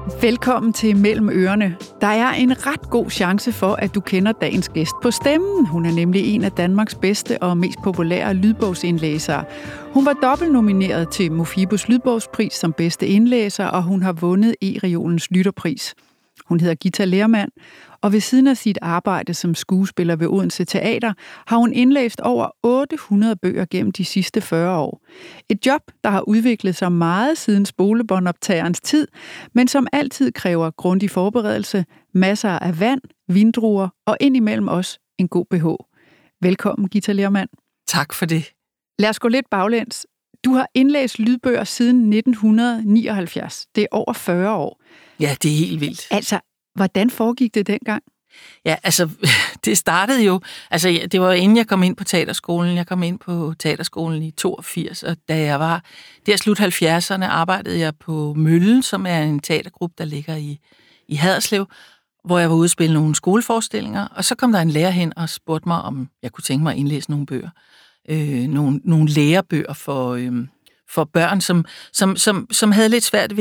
Velkommen til Mellem Ørerne. Der er en ret god chance for, at du kender dagens gæst på stemmen. Hun er nemlig en af Danmarks bedste og mest populære lydbogsindlæsere. Hun var dobbeltnomineret til Mofibos Lydbogspris som bedste indlæser, og hun har vundet E-reolens lytterpris. Hun hedder Githa Lehrmann, og ved siden af sit arbejde som skuespiller ved Odense Teater, har hun indlæst over 800 bøger gennem de sidste 40 år. Et job, der har udviklet sig meget siden spolebåndoptagerens tid, men som altid kræver grundig forberedelse, masser af vand, vindruer og indimellem også en god BH. Velkommen, Githa Lehrmann. Tak for det. Lad os gå lidt baglæns. Du har indlæst lydbøger siden 1979. Det er over 40 år. Ja, det er helt vildt. Altså, hvordan foregik det dengang? Ja, altså, det startede jo... Altså, det var inden jeg kom ind på teaterskolen. Jeg kom ind på teaterskolen i 82, og da jeg var der slut 70'erne, arbejdede jeg på Møllen, som er en teatergruppe, der ligger i Haderslev, hvor jeg var ude at spille nogle skoleforestillinger, og så kom der en lærer hen og spurgte mig, om jeg kunne tænke mig at indlæse nogle bøger. Nogle lærebøger for børn, som havde lidt svært ved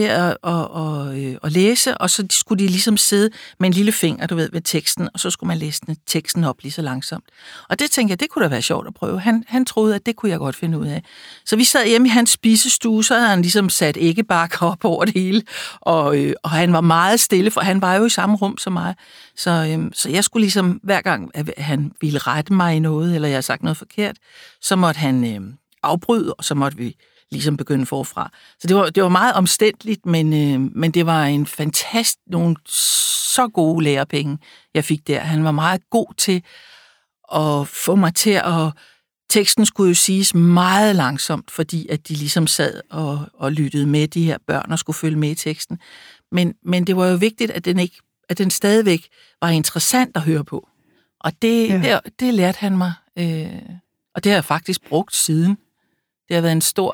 at læse, og så skulle de ligesom sidde med en lille finger, ved teksten, og så skulle man læse teksten op lige så langsomt. Og det tænkte jeg, det kunne da være sjovt at prøve. Han troede, at det kunne jeg godt finde ud af. Så vi sad hjemme i hans spisestue, så havde han ligesom sat æggebakker op over det hele, og han var meget stille, for han var jo i samme rum som mig. Så jeg skulle ligesom, hver gang han ville rette mig i noget, eller jeg havde sagt noget forkert, så måtte han afbryde, og så måtte vi ligesom begynde forfra. Så det var meget omstændeligt, men det var en nogle så gode lærepenge, jeg fik der. Han var meget god til at få mig til at... Teksten skulle jo siges meget langsomt, fordi at de ligesom sad og lyttede med, de her børn, og skulle følge med i teksten. Men det var jo vigtigt, at den stadigvæk var interessant at høre på. Og det lærte han mig, og det har jeg faktisk brugt siden. Det har været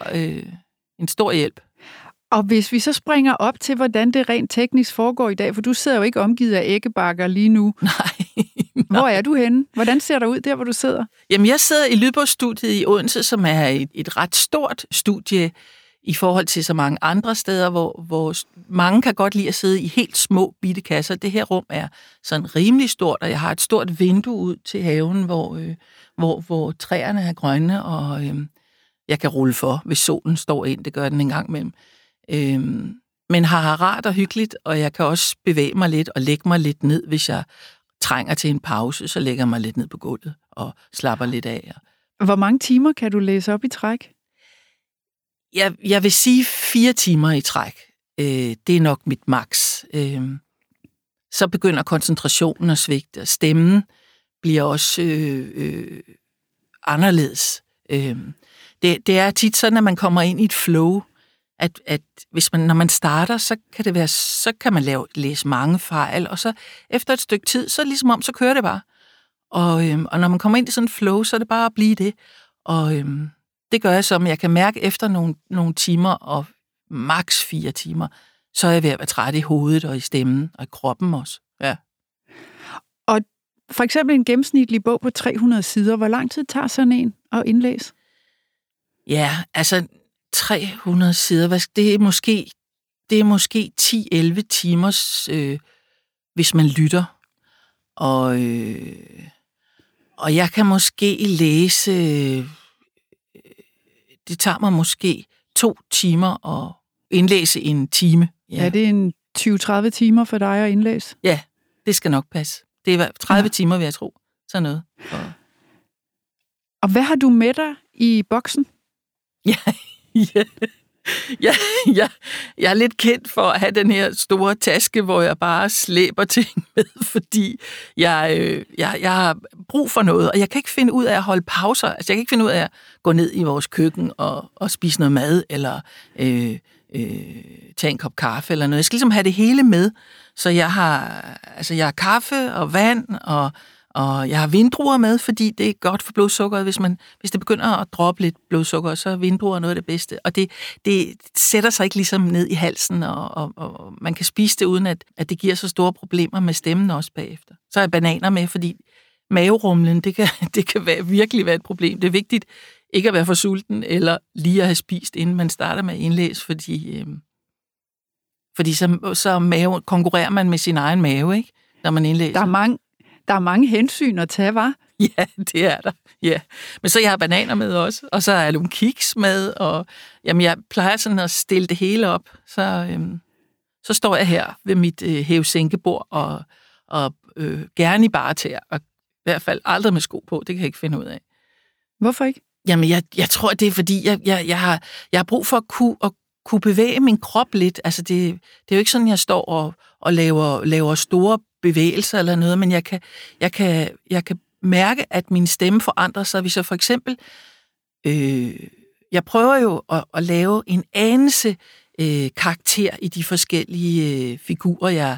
en stor hjælp. Og hvis vi så springer op til, hvordan det rent teknisk foregår i dag, for du sidder jo ikke omgivet af æggebakker lige nu. Nej. Hvor er du henne? Hvordan ser der ud der, hvor du sidder? Jamen, jeg sidder i Lydbogsstudiet i Odense, som er et ret stort studie i forhold til så mange andre steder, hvor mange kan godt lide at sidde i helt små bitte kasser. Det her rum er sådan rimelig stort, og jeg har et stort vindue ud til haven, hvor træerne er grønne, og jeg kan rulle for, hvis solen står ind. Det gør den en gang imellem. Men har rart og hyggeligt, og jeg kan også bevæge mig lidt og lægge mig lidt ned, hvis jeg trænger til en pause, så lægger jeg mig lidt ned på gulvet og slapper lidt af. Hvor mange timer kan du læse op i træk? Jeg vil sige 4 timer i træk. Det er nok mit max. Så begynder koncentrationen at svigte, og stemmen bliver også anderledes. Det er tit sådan, at man kommer ind i et flow, at når man starter, så kan man læse mange fejl, og så efter et stykke tid, så ligesom om, så kører det bare. Og når man kommer ind i sådan et flow, så er det bare at blive det. Og det gør jeg som, jeg kan mærke efter nogle timer, og maks 4 timer, så er jeg ved at være træt i hovedet og i stemmen og i kroppen også. Ja. Og for eksempel en gennemsnitlig bog på 300 sider, hvor lang tid tager sådan en at indlæse? Ja, altså 300 sider, det er måske 10-11 timers, hvis man lytter. Og jeg kan måske læse, det tager mig måske 2 timer at indlæse en time. Ja. Er det en 20-30 timer for dig at indlæse? Ja, det skal nok passe. Det er 30 timer, vil jeg tro. Sådan noget. Og hvad har du med dig i boksen? Jeg er lidt kendt for at have den her store taske, hvor jeg bare slæber ting med, fordi jeg har brug for noget, og jeg kan ikke finde ud af at holde pauser. Altså, jeg kan ikke finde ud af at gå ned i vores køkken og spise noget mad, eller tage en kop kaffe eller noget. Jeg skal ligesom have det hele med, så jeg har kaffe og vand, og jeg har vindruer med, fordi det er godt for blodsukkeret. Hvis det begynder at droppe lidt blodsukker, så er vindruer noget af det bedste. Og det sætter sig ikke ligesom ned i halsen, og man kan spise det, uden at det giver så store problemer med stemmen også bagefter. Så er jeg bananer med, fordi maverumlen, det kan virkelig være et problem. Det er vigtigt ikke at være for sulten, eller lige at have spist, inden man starter med at indlæse, fordi Fordi så konkurrerer man med sin egen mave, ikke? Når man indlæser. Der er mange hensyn at tage, hva'? Ja, det er der. Ja. Men så jeg har bananer med også, og så er jeg nogle kiks med, og jamen, jeg plejer sådan at stille det hele op. Så står jeg her ved mit hæve-sænkebord og gerne i baretæer, og i hvert fald aldrig med sko på. Det kan jeg ikke finde ud af. Hvorfor ikke? Jamen, jeg tror, det er fordi, jeg har brug for at kunne bevæge min krop lidt. Altså, det er jo ikke sådan, jeg står og laver store bevægelser eller noget, men jeg kan mærke, at min stemme forandrer sig. Hvis jeg for eksempel... jeg prøver jo at lave en anelse karakter i de forskellige figurer,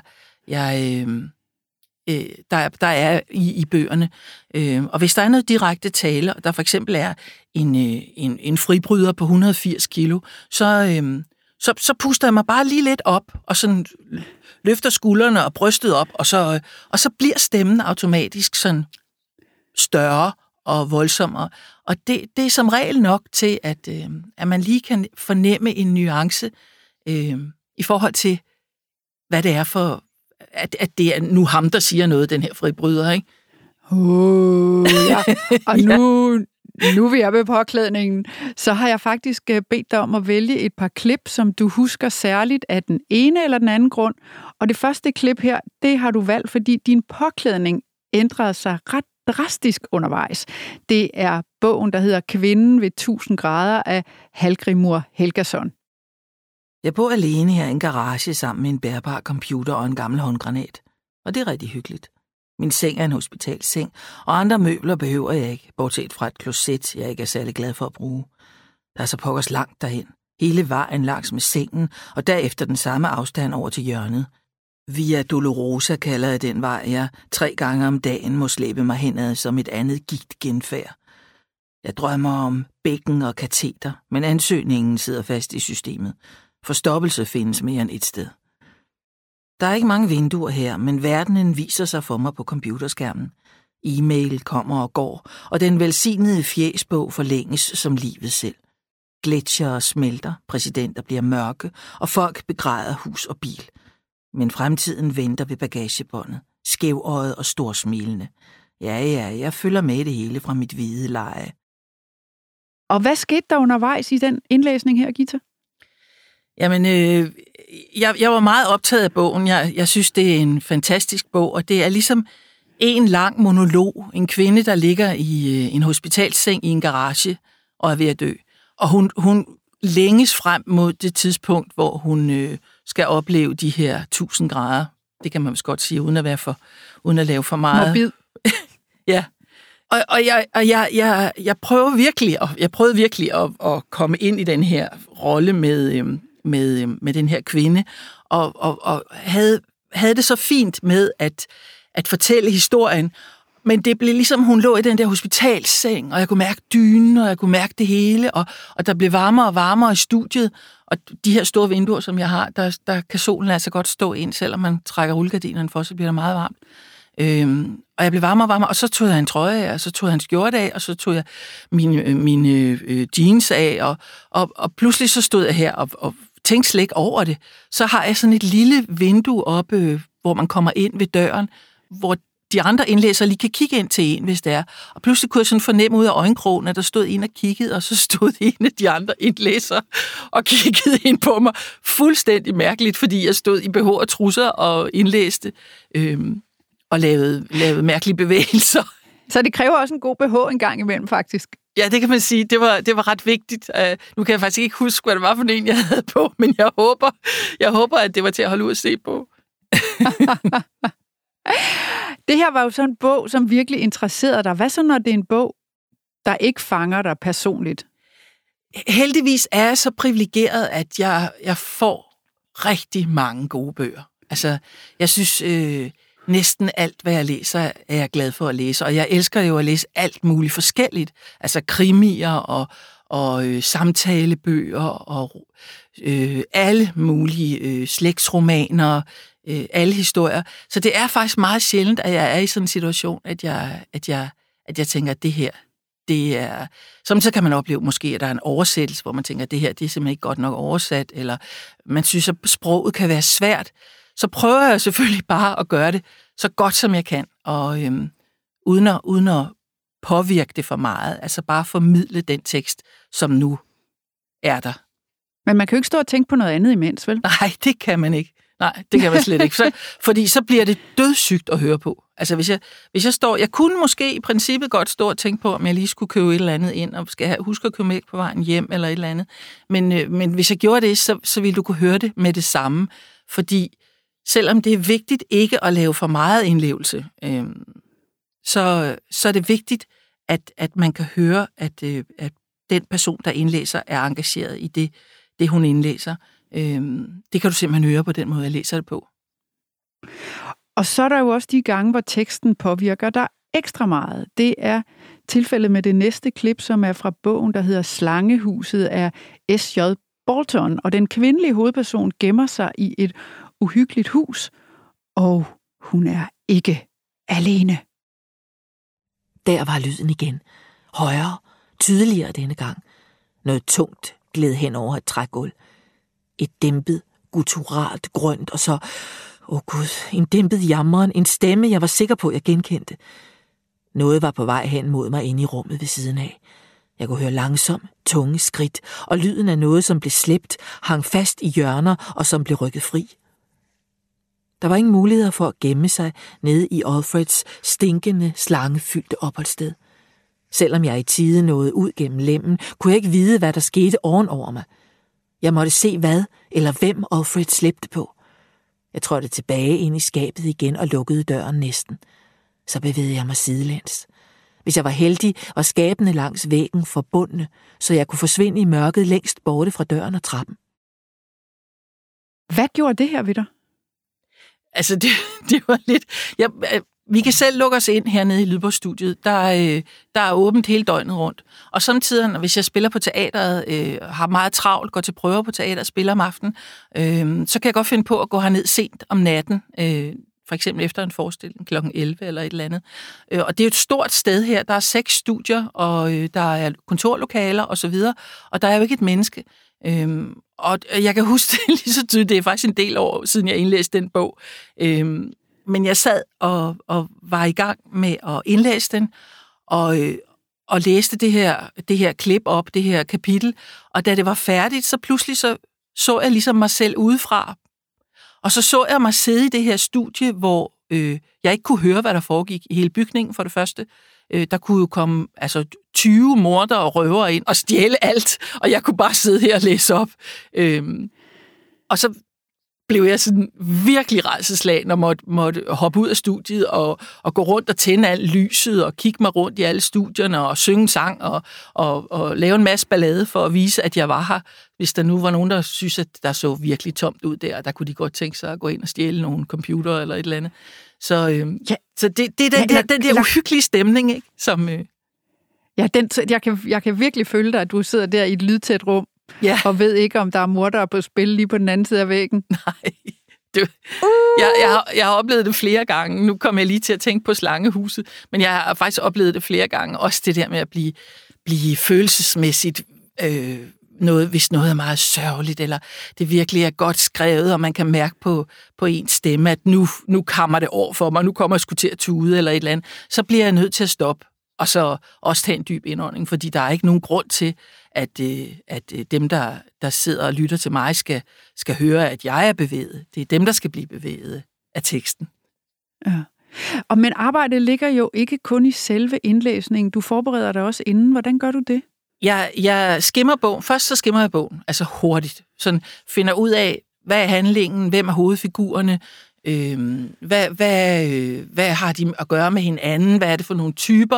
der er i bøgerne. Og hvis der er noget direkte tale, og der for eksempel er en fribryder på 180 kilo, så puster jeg mig bare lige lidt op, og sådan løfter skuldrene og brystet op, og så bliver stemmen automatisk sådan større og voldsommere. Og det er som regel nok til, at man lige kan fornemme en nuance i forhold til, hvad det er for, at det er nu ham, der siger noget, den her fribryder, ikke? Ja. Og nu vil jeg ved påklædningen, så har jeg faktisk bedt dig om at vælge et par klip, som du husker særligt af den ene eller den anden grund. Og det første klip her, det har du valgt, fordi din påklædning ændrede sig ret drastisk undervejs. Det er bogen, der hedder Kvinden ved 1000 grader af Hallgrímur Helgason. Jeg bor alene her i en garage sammen med en bærbar computer og en gammel håndgranat. Og det er rigtig hyggeligt. Min seng er en hospitalsseng, og andre møbler behøver jeg ikke, bortset fra et kloset, jeg ikke er særlig glad for at bruge. Der er så pokkers langt derhen. Hele vejen langs med sengen, og derefter den samme afstand over til hjørnet. Via Dolorosa kalder jeg den vej, jeg 3 gange om dagen må slæbe mig henad som et andet gigtgenfærd. Jeg drømmer om bækken og kateter, men ansøgningen sidder fast i systemet. Forstoppelse findes mere end et sted. Der er ikke mange vinduer her, men verdenen viser sig for mig på computerskærmen. E-mail kommer og går, og den velsignede fjesbog forlænges som livet selv. Gletsjere smelter, præsidenter bliver mørke, og folk begræder hus og bil. Men fremtiden venter ved bagagebåndet, skævøjet og storsmilende. Ja, jeg følger med i det hele fra mit hvide leje. Og hvad skete der undervejs i den indlæsning her, Githa? Jamen, jeg var meget optaget af bogen. Jeg synes, det er en fantastisk bog, og det er ligesom en lang monolog. En kvinde, der ligger i en hospitalsseng i en garage og er ved at dø. Og hun længes frem mod det tidspunkt, hvor hun skal opleve de her 1000 grader. Det kan man vist godt sige, uden at lave for meget. Morbid. Ja. Og jeg prøvede virkelig at komme ind i den her rolle med den her kvinde, og havde det så fint med at fortælle historien. Men det blev ligesom, hun lå i den der hospitalsseng, og jeg kunne mærke dynen, og jeg kunne mærke det hele, og der blev varmere og varmere i studiet, og de her store vinduer, som jeg har, der kan solen altså godt stå ind, selvom man trækker rullegardinerne for, så bliver det meget varmt. Og jeg blev varmere og varmere, og så tog jeg en trøje af, og så tog jeg en skjorte af, og så tog jeg mine jeans af, og pludselig så stod jeg her og tænkte slet ikke over det. Så har jeg sådan et lille vindue oppe, hvor man kommer ind ved døren, hvor de andre indlæsere lige kan kigge ind til en, hvis det er. Og pludselig kunne jeg sådan fornemme ud af øjenkrogen, at der stod en og kiggede, og så stod en af de andre indlæsere og kiggede ind på mig. Fuldstændig mærkeligt, fordi jeg stod i BH og trusser og indlæste og lavede mærkelige bevægelser. Så det kræver også en god BH en gang imellem, faktisk. Ja, det kan man sige. Det var ret vigtigt. Nu kan jeg faktisk ikke huske, hvad det var for en, jeg havde på, men jeg håber, at det var til at holde ud at se på. Det her var jo sådan en bog, som virkelig interesserede dig. Hvad så, når det er en bog, der ikke fanger dig personligt? Heldigvis er jeg så privilegeret, at jeg får rigtig mange gode bøger. Altså, jeg synes, næsten alt, hvad jeg læser, er jeg glad for at læse. Og jeg elsker jo at læse alt muligt forskelligt. Altså krimier og samtalebøger og alle mulige slægtsromaner, alle historier. Så det er faktisk meget sjældent, at jeg er i sådan en situation, at jeg tænker, at det her, det er... Samtidig kan man opleve måske, at der er en oversættelse, hvor man tænker, at det her det er simpelthen ikke godt nok oversat, eller man synes, at sproget kan være svært. Så prøver jeg selvfølgelig bare at gøre det så godt, som jeg kan, og uden at påvirke det for meget. Altså bare formidle den tekst, som nu er der. Men man kan jo ikke stå og tænke på noget andet imens, vel? Nej, det kan man ikke. Nej, det kan man slet ikke. Fordi så bliver det dødssygt at høre på. Altså hvis jeg står... Jeg kunne måske i princippet godt stå og tænke på, om jeg lige skulle købe et eller andet ind, og skal huske at købe mælk på vejen hjem, eller et eller andet. Men hvis jeg gjorde det, så ville du kunne høre det med det samme. Fordi selvom det er vigtigt ikke at lave for meget indlevelse, så er det vigtigt, at man kan høre, at den person, der indlæser, er engageret i det hun indlæser. Det kan du simpelthen høre på den måde, jeg læser det på. Og så er der jo også de gange, hvor teksten påvirker dig ekstra meget. Det er tilfældet med det næste klip, som er fra bogen, der hedder Slangehuset af S.J. Bolton. Og den kvindelige hovedperson gemmer sig i et uhyggeligt hus, og hun er ikke alene. Der var lyden igen. Højere, tydeligere denne gang. Noget tungt gled hen over et trægulv. Et dæmpet, gutturalt, grønt, og så... Gud, en dæmpet jammeren, en stemme, jeg var sikker på, jeg genkendte. Noget var på vej hen mod mig inde i rummet ved siden af. Jeg kunne høre langsom, tunge skridt, og lyden af noget, som blev slæbt, hang fast i hjørner, og som blev rykket fri. Der var ingen muligheder for at gemme sig nede i Alfreds stinkende, slangefyldte opholdssted. Selvom jeg i tide nåede ud gennem lemmen, kunne jeg ikke vide, hvad der skete ovenover mig. Jeg måtte se hvad eller hvem Alfred slæbte på. Jeg trådte tilbage ind i skabet igen og lukkede døren næsten. Så bevægede jeg mig sidelæns. Hvis jeg var heldig, var skabene langs væggen forbundne, så jeg kunne forsvinde i mørket længst borte fra døren og trappen. Hvad gjorde det her ved dig? Altså, det var lidt... Vi kan selv lukke os ind hernede i Lydborgstudiet. Der er åbent hele døgnet rundt. Og samtidig, hvis jeg spiller på teateret, har meget travlt, går til prøver på teateret, spiller om aftenen, så kan jeg godt finde på at gå herned sent om natten, for eksempel efter en forestilling kl. 11 eller et eller andet. Og det er et stort sted her. Der er 6 studier, og der er kontorlokaler osv., og der er jo ikke et menneske. Og jeg kan huske det lige så tydeligt, det er faktisk en del år siden jeg indlæste den bog. Men jeg sad og var i gang med at indlæse den, og læste det her klip op, det her kapitel. Og da det var færdigt, så pludselig så jeg ligesom mig selv udefra. Og så jeg mig sidde i det her studie, hvor jeg ikke kunne høre, hvad der foregik i hele bygningen for det første. Der kunne jo komme 20 mordere og røvere ind og stjæle alt, og jeg kunne bare sidde her og læse op. Og så blev jeg sådan virkelig rædselsslagen og måtte hoppe ud af studiet og gå rundt og tænde alt lyset og kigge mig rundt i alle studierne og synge sang og lave en masse ballade for at vise, at jeg var her. Hvis der nu var nogen, der synes, at der så virkelig tomt ud der kunne de godt tænke sig at gå ind og stjæle nogle computer eller et eller andet. Så det er den der uhyggelige stemning, ikke? Som... Ja, jeg kan virkelig føle dig, at du sidder der i et lydtæt rum, ja, og ved ikke, om der er mordere på spil lige på den anden side af væggen. Nej, jeg har oplevet det flere gange. Nu kommer jeg lige til at tænke på Slangehuset, men jeg har faktisk oplevet det flere gange. Også det der med at blive følelsesmæssigt hvis noget er meget sørgeligt, eller det virkelig er godt skrevet, og man kan mærke på ens stemme, at nu kommer det over for mig, nu kommer jeg sgu til at tude, eller et eller andet. Så bliver jeg nødt til at stoppe, og så også tage en dyb indånding, fordi der er ikke nogen grund til, at dem, der sidder og lytter til mig, skal høre, at jeg er bevæget. Det er dem, der skal blive bevæget af teksten. Ja. Men arbejdet ligger jo ikke kun i selve indlæsningen. Du forbereder dig også inden. Hvordan gør du det? Jeg skimmer bogen. Først så skimmer jeg bogen, altså hurtigt. Sådan finder ud af, hvad er handlingen, hvem er hovedfigurerne, hvad har de at gøre med hinanden, hvad er det for nogle typer,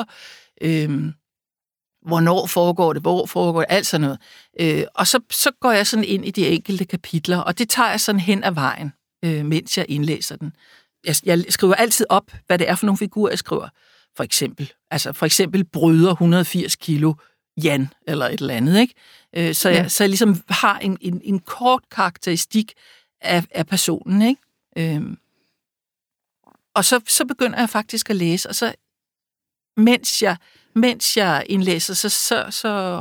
hvornår foregår det, hvor foregår det, alt sådan noget. Og så går jeg sådan ind i de enkelte kapitler, og det tager jeg sådan hen ad vejen, mens jeg indlæser den. Jeg skriver altid op, hvad det er for nogle figurer, jeg skriver. For eksempel bryder 180 kilo Jan, eller et eller andet, ikke? Så jeg ligesom har en kort karakteristik af personen, ikke? Og så begynder jeg faktisk at læse, og så mens jeg mens jeg indlæser, så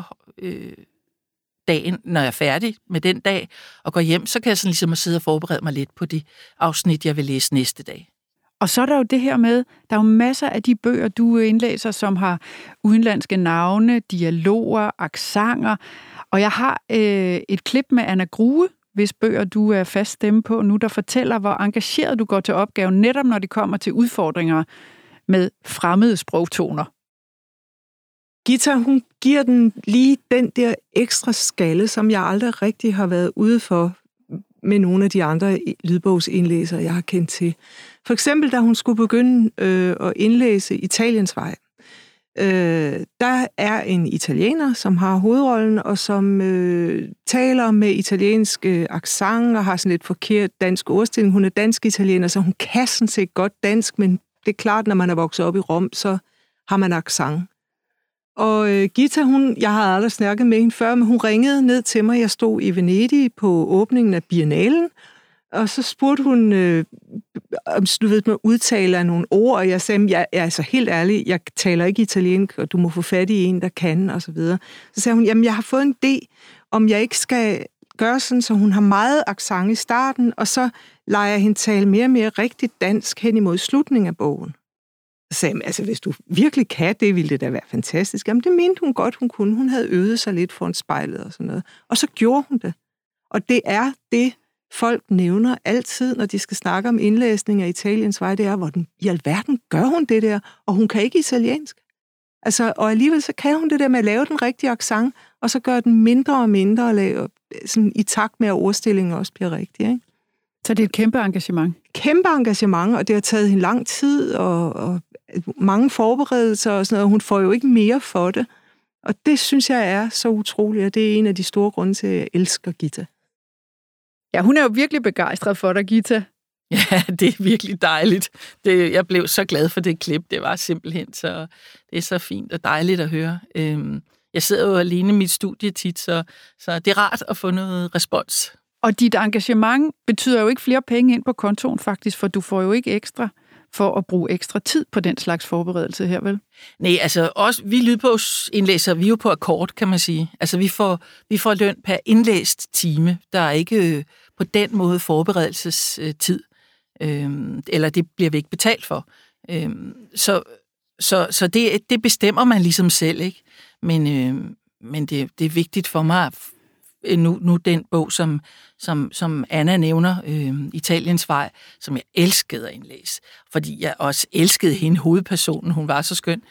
dagen, når jeg er færdig med den dag og går hjem, så kan jeg sådan ligesom sidde og forberede mig lidt på de afsnit, jeg vil læse næste dag. Og så er der jo det her med, der er jo masser af de bøger, du indlæser, som har udenlandske navne, dialoger, accenter. Og jeg har et klip med Anna Grue, hvis bøger du er fast stemme på nu, der fortæller, hvor engageret du går til opgaven, netop når det kommer til udfordringer med fremmede sprogtoner. Githa, hun giver den lige den der ekstra skalle, som jeg aldrig rigtig har været ude for med nogle af de andre lydbogsindlæsere, jeg har kendt til. For eksempel, da hun skulle begynde at indlæse Italiens vej. Der er en italiener, som har hovedrollen, og som taler med italiensk accent og har sådan lidt forkert dansk ordstilling. Hun er dansk-italiener, så hun kan sådan set godt dansk, men det er klart, når man er vokset op i Rom, så har man accent. Og Githa, jeg havde aldrig snakket med hende før, men hun ringede ned til mig. Jeg stod i Venedig på åbningen af Biennalen, og så spurgte hun, om du ved, man udtaler nogle ord, og jeg sagde, jeg er altså helt ærlig, jeg taler ikke italiensk, og du må få fat i en, der kan, og så videre. Så sagde hun, jamen jeg har fået en idé, om jeg ikke skal gøre sådan, så hun har meget accent i starten, og så lader jeg hende tale mere og mere rigtigt dansk hen imod slutningen af bogen. Så sagde jeg, altså hvis du virkelig kan det, ville det da være fantastisk. Jamen det mente hun godt, hun kunne. Hun havde øvet sig lidt foran spejlet og sådan noget. Og så gjorde hun det. Og det er det, folk nævner altid, når de skal snakke om indlæsning af Italiens vej, det er, hvordan i alverden gør hun det der, og hun kan ikke italiensk. Altså, og alligevel så kan hun det der med at lave den rigtige accent, og så gøre den mindre og mindre, og lave, sådan, i takt med, at ordstillingen også bliver rigtig, ikke? Så det er et kæmpe engagement? Kæmpe engagement, og det har taget hende lang tid, og mange forberedelser og sådan noget, og hun får jo ikke mere for det. Og det synes jeg er så utroligt, og det er en af de store grunde til, at jeg elsker Githa. Ja, hun er jo virkelig begejstret for dig, Githa. Ja, det er virkelig dejligt. Jeg blev så glad for det klip. Det var simpelthen så... Det er så fint og dejligt at høre. Jeg sidder jo alene i mit studie tit, så det er rart at få noget respons. Og dit engagement betyder jo ikke flere penge ind på kontoen faktisk, for du får jo ikke ekstra for at bruge ekstra tid på den slags forberedelse her, vel? Nej, altså også vi lydbogsindlæser, vi er jo på akkord, kan man sige. Altså vi får løn per indlæst time. Der er ikke på den måde forberedelsestid, eller det bliver vi ikke betalt for. Så det bestemmer man ligesom selv, ikke? Men det er vigtigt for mig, nu den bog, som Anna nævner, Italiens vej, som jeg elskede at indlæse, fordi jeg også elskede hende, hovedpersonen, hun var så skøn.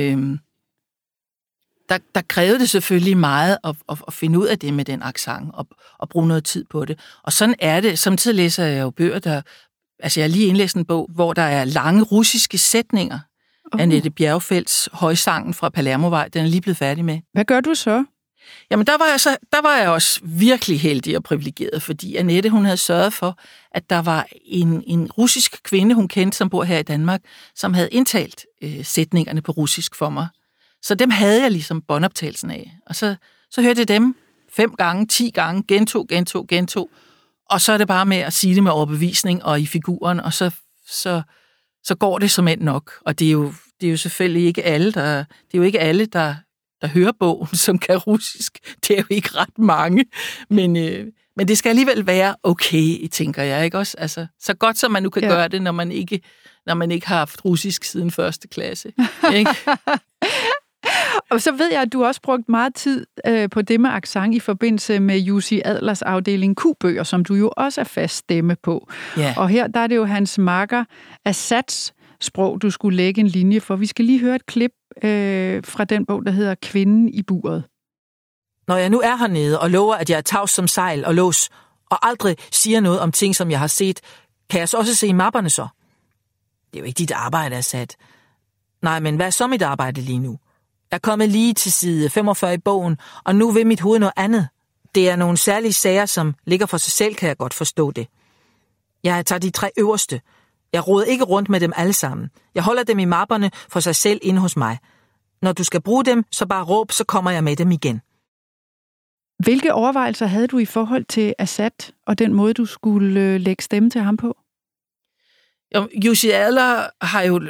Der krævede det selvfølgelig meget at finde ud af det med den accent, og bruge noget tid på det. Og sådan er det. Samtidig læser jeg jo bøger, altså jeg har lige indlæst en bog, hvor der er lange russiske sætninger. Annette Bjergfeldts Højsangen fra Palermovej, den er lige blevet færdig med. Hvad gør du så? Jamen, der var jeg også virkelig heldig og privilegeret, fordi Annette, hun havde sørget for, at der var en russisk kvinde, hun kendte, som bor her i Danmark, som havde indtalt sætningerne på russisk for mig. Så dem havde jeg ligesom båndoptagelsen af. Og så hørte jeg dem 5 gange, 10 gange, gentog. Og så er det bare med at sige det med overbevisning og i figuren, og så går det som end nok. Og det er jo selvfølgelig ikke alle, der hører bogen, som kan russisk. Det er jo ikke ret mange, men det skal alligevel være okay, tænker jeg, ikke også? Altså, så godt som man nu kan gøre det, når man ikke har haft russisk siden 1. klasse. Ikke? Og så ved jeg, at du også brugt meget tid på det med accent i forbindelse med Jussi Adlers afdeling Q-bøger, som du jo også er fast stemme på. Ja. Og her der er det jo hans makker Assads sprog, du skulle lægge en linje for. Vi skal lige høre et klip fra den bog, der hedder Kvinden i buret. Når jeg nu er hernede og lover, at jeg er tavs som sejl og lås, og aldrig siger noget om ting, som jeg har set, kan jeg så også se i mapperne så? Det er jo ikke dit arbejde, Assad. Nej, men hvad er så mit arbejde lige nu? Jeg er kommet lige til side 45 i bogen, og nu vil mit hoved noget andet. Det er nogle særlige sager, som ligger for sig selv, kan jeg godt forstå det. Jeg tager de 3 øverste. Jeg roder ikke rundt med dem alle sammen. Jeg holder dem i mapperne for sig selv inde hos mig. Når du skal bruge dem, så bare råb, så kommer jeg med dem igen. Hvilke overvejelser havde du i forhold til Assad og den måde, du skulle lægge stemme til ham på? Jussi Adler har jo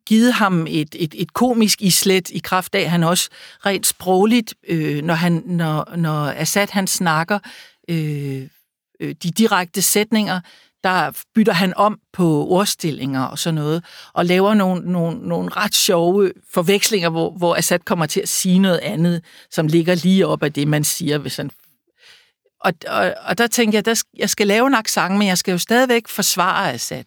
givet ham et komisk islet i kraft af, at han også rent sprogligt, når Assad han snakker de direkte sætninger, der bytter han om på ordstillinger og sådan noget, og laver nogle ret sjove forvekslinger, hvor Assad kommer til at sige noget andet, som ligger lige op af det, man siger, hvis han... Og der tænker jeg, jeg skal lave en accent, men jeg skal jo stadigvæk forsvare Assad.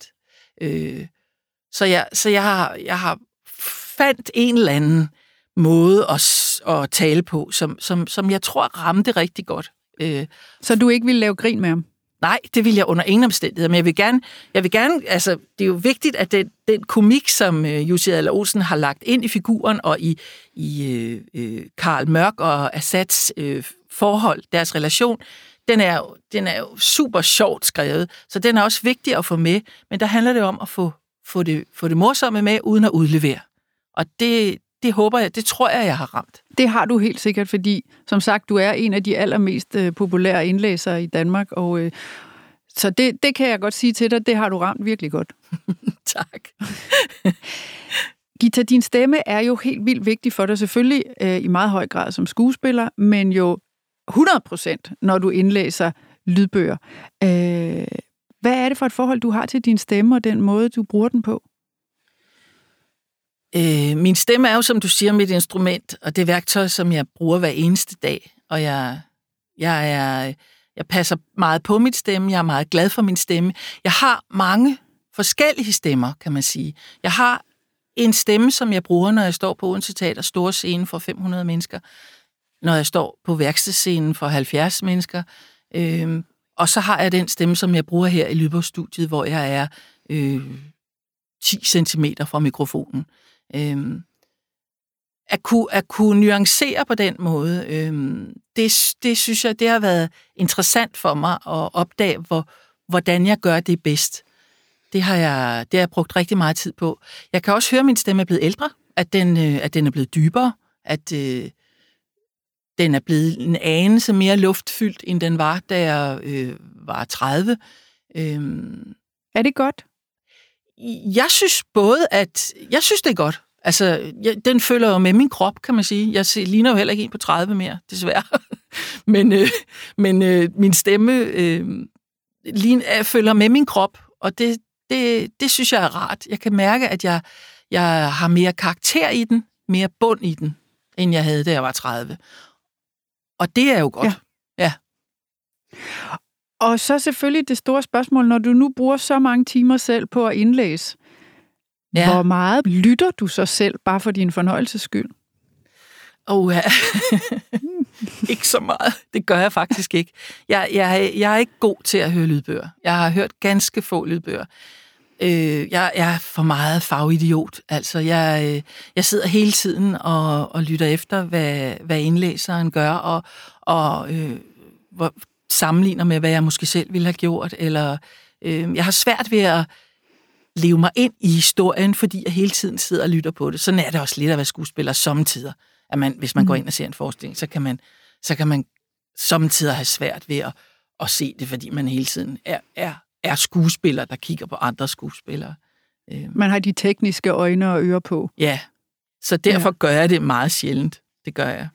Så jeg har fandt en eller anden måde at tale på, som jeg tror ramte rigtig godt. Så du ikke ville lave grin med ham? Nej, det vil jeg under ingen omstændigheder, men jeg vil gerne, altså det er jo vigtigt, at den komik, som Jussi Adler-Olsen har lagt ind i figuren, og i Karl Mørk og Assads forhold, deres relation, den er jo super sjovt skrevet, så den er også vigtig at få med, men der handler det om at få det morsomme med, uden at udlevere. Og det håber jeg, det tror jeg har ramt. Det har du helt sikkert, fordi som sagt, du er en af de allermest populære indlæsere i Danmark, og så det kan jeg godt sige til dig, det har du ramt virkelig godt. Tak. Githa, din stemme er jo helt vildt vigtig for dig, selvfølgelig i meget høj grad som skuespiller, men jo 100%, når du indlæser lydbøger. Hvad er det for et forhold, du har til din stemme, og den måde, du bruger den på? Min stemme er jo, som du siger, mit instrument, og det værktøj, som jeg bruger hver eneste dag. Og jeg passer meget på mit stemme, jeg er meget glad for min stemme. Jeg har mange forskellige stemmer, kan man sige. Jeg har en stemme, som jeg bruger, når jeg står på Odense Teater, store scene for 500 mennesker, når jeg står på værkstedscenen for 70 mennesker. Og så har jeg den stemme, som jeg bruger her i Lydbogstudiet, hvor jeg er 10 centimeter fra mikrofonen. At kunne nuancere på den måde, det synes jeg, det har været interessant for mig at opdage, hvordan jeg gør det bedst. Det har jeg brugt rigtig meget tid på. Jeg kan også høre, at min stemme er blevet ældre, at den er blevet dybere, at den er blevet en anelse mere luftfyldt, end den var, da jeg var 30. Er det godt? Jeg synes jeg synes, det er godt. Altså, den følger jo med min krop, kan man sige. Jeg ligner jo heller ikke en på 30 mere, desværre. men min stemme følger med min krop, og det synes jeg er rart. Jeg kan mærke, at jeg har mere karakter i den, mere bund i den, end jeg havde, da jeg var 30. Og det er jo godt. Ja. Og så selvfølgelig det store spørgsmål, når du nu bruger så mange timer selv på at indlæse, hvor meget lytter du så selv, bare for din fornøjelses skyld? Ikke så meget. Det gør jeg faktisk ikke. Jeg er ikke god til at høre lydbøger. Jeg har hørt ganske få lydbøger. Jeg er for meget fagidiot. Altså, jeg sidder hele tiden og lytter efter, hvad indlæseren gør, og sammenligner med, hvad jeg måske selv ville have gjort. Eller jeg har svært ved at leve mig ind i historien, fordi jeg hele tiden sidder og lytter på det. Sådan er det også lidt at være skuespiller sommetider. At hvis man går ind og ser en forestilling, så kan man sommetider have svært ved at se det, fordi man hele tiden er skuespiller, der kigger på andre skuespillere. Man har de tekniske øjne og ører på. Ja, så derfor gør jeg det meget sjældent. Det gør jeg.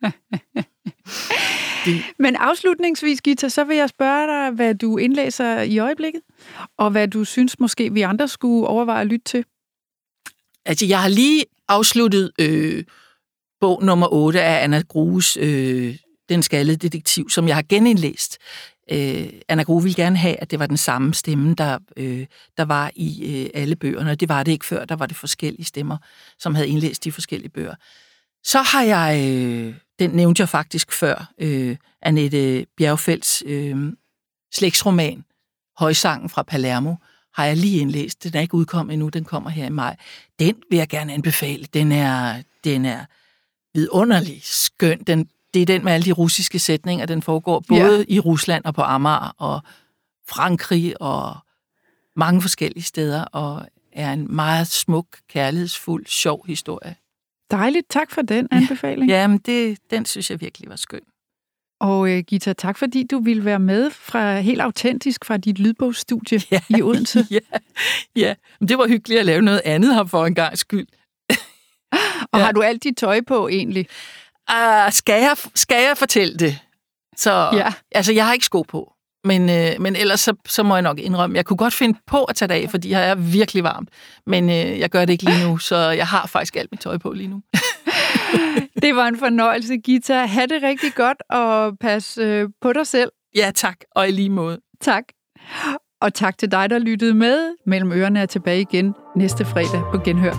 Men afslutningsvis, Githa, så vil jeg spørge dig, hvad du indlæser i øjeblikket, og hvad du synes måske, vi andre skulle overveje at lytte til. Altså, jeg har lige afsluttet bog nummer 8 af Anna Grues, Den skaldede detektiv, som jeg har genindlæst. Anna Grue ville gerne have, at det var den samme stemme, der var i alle bøgerne, og det var det ikke før. Der var det forskellige stemmer, som havde indlæst de forskellige bøger. Så har jeg, den nævnte jeg faktisk før, Annette Bjergfeldts slægtsroman, Højsangen fra Palermo, har jeg lige indlæst. Den er ikke udkommet endnu, den kommer her i maj. Den vil jeg gerne anbefale. Den er vidunderlig skøn. Det er den med alle de russiske sætninger, den foregår både i Rusland og på Amager og Frankrig og mange forskellige steder, og er en meget smuk, kærlighedsfuld, sjov historie. Dejligt. Tak for den anbefaling. Ja, men den synes jeg virkelig var skøn. Og Githa, tak fordi du ville være med helt autentisk fra dit lydbogsstudie i Odense. Ja. Men det var hyggeligt at lave noget andet her for en gang skyld. Og har du alt dit tøj på egentlig? Skal jeg fortælle det? Så, altså, jeg har ikke sko på. Men ellers så må jeg nok indrømme, jeg kunne godt finde på at tage det af, fordi jeg er virkelig varmt. Men jeg gør det ikke lige nu, så jeg har faktisk alt mit tøj på lige nu. Det var en fornøjelse, Githa. Ha' det rigtig godt, og pas på dig selv. Ja, tak. Og i lige måde. Tak. Og tak til dig, der lyttede med. Mellem ørerne er tilbage igen næste fredag på Genhør.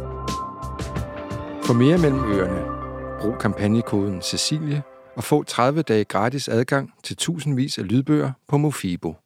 For mere Mellem ørerne, brug kampagnekoden Cecilie og få 30 dage gratis adgang til tusindvis af lydbøger på Mofibo.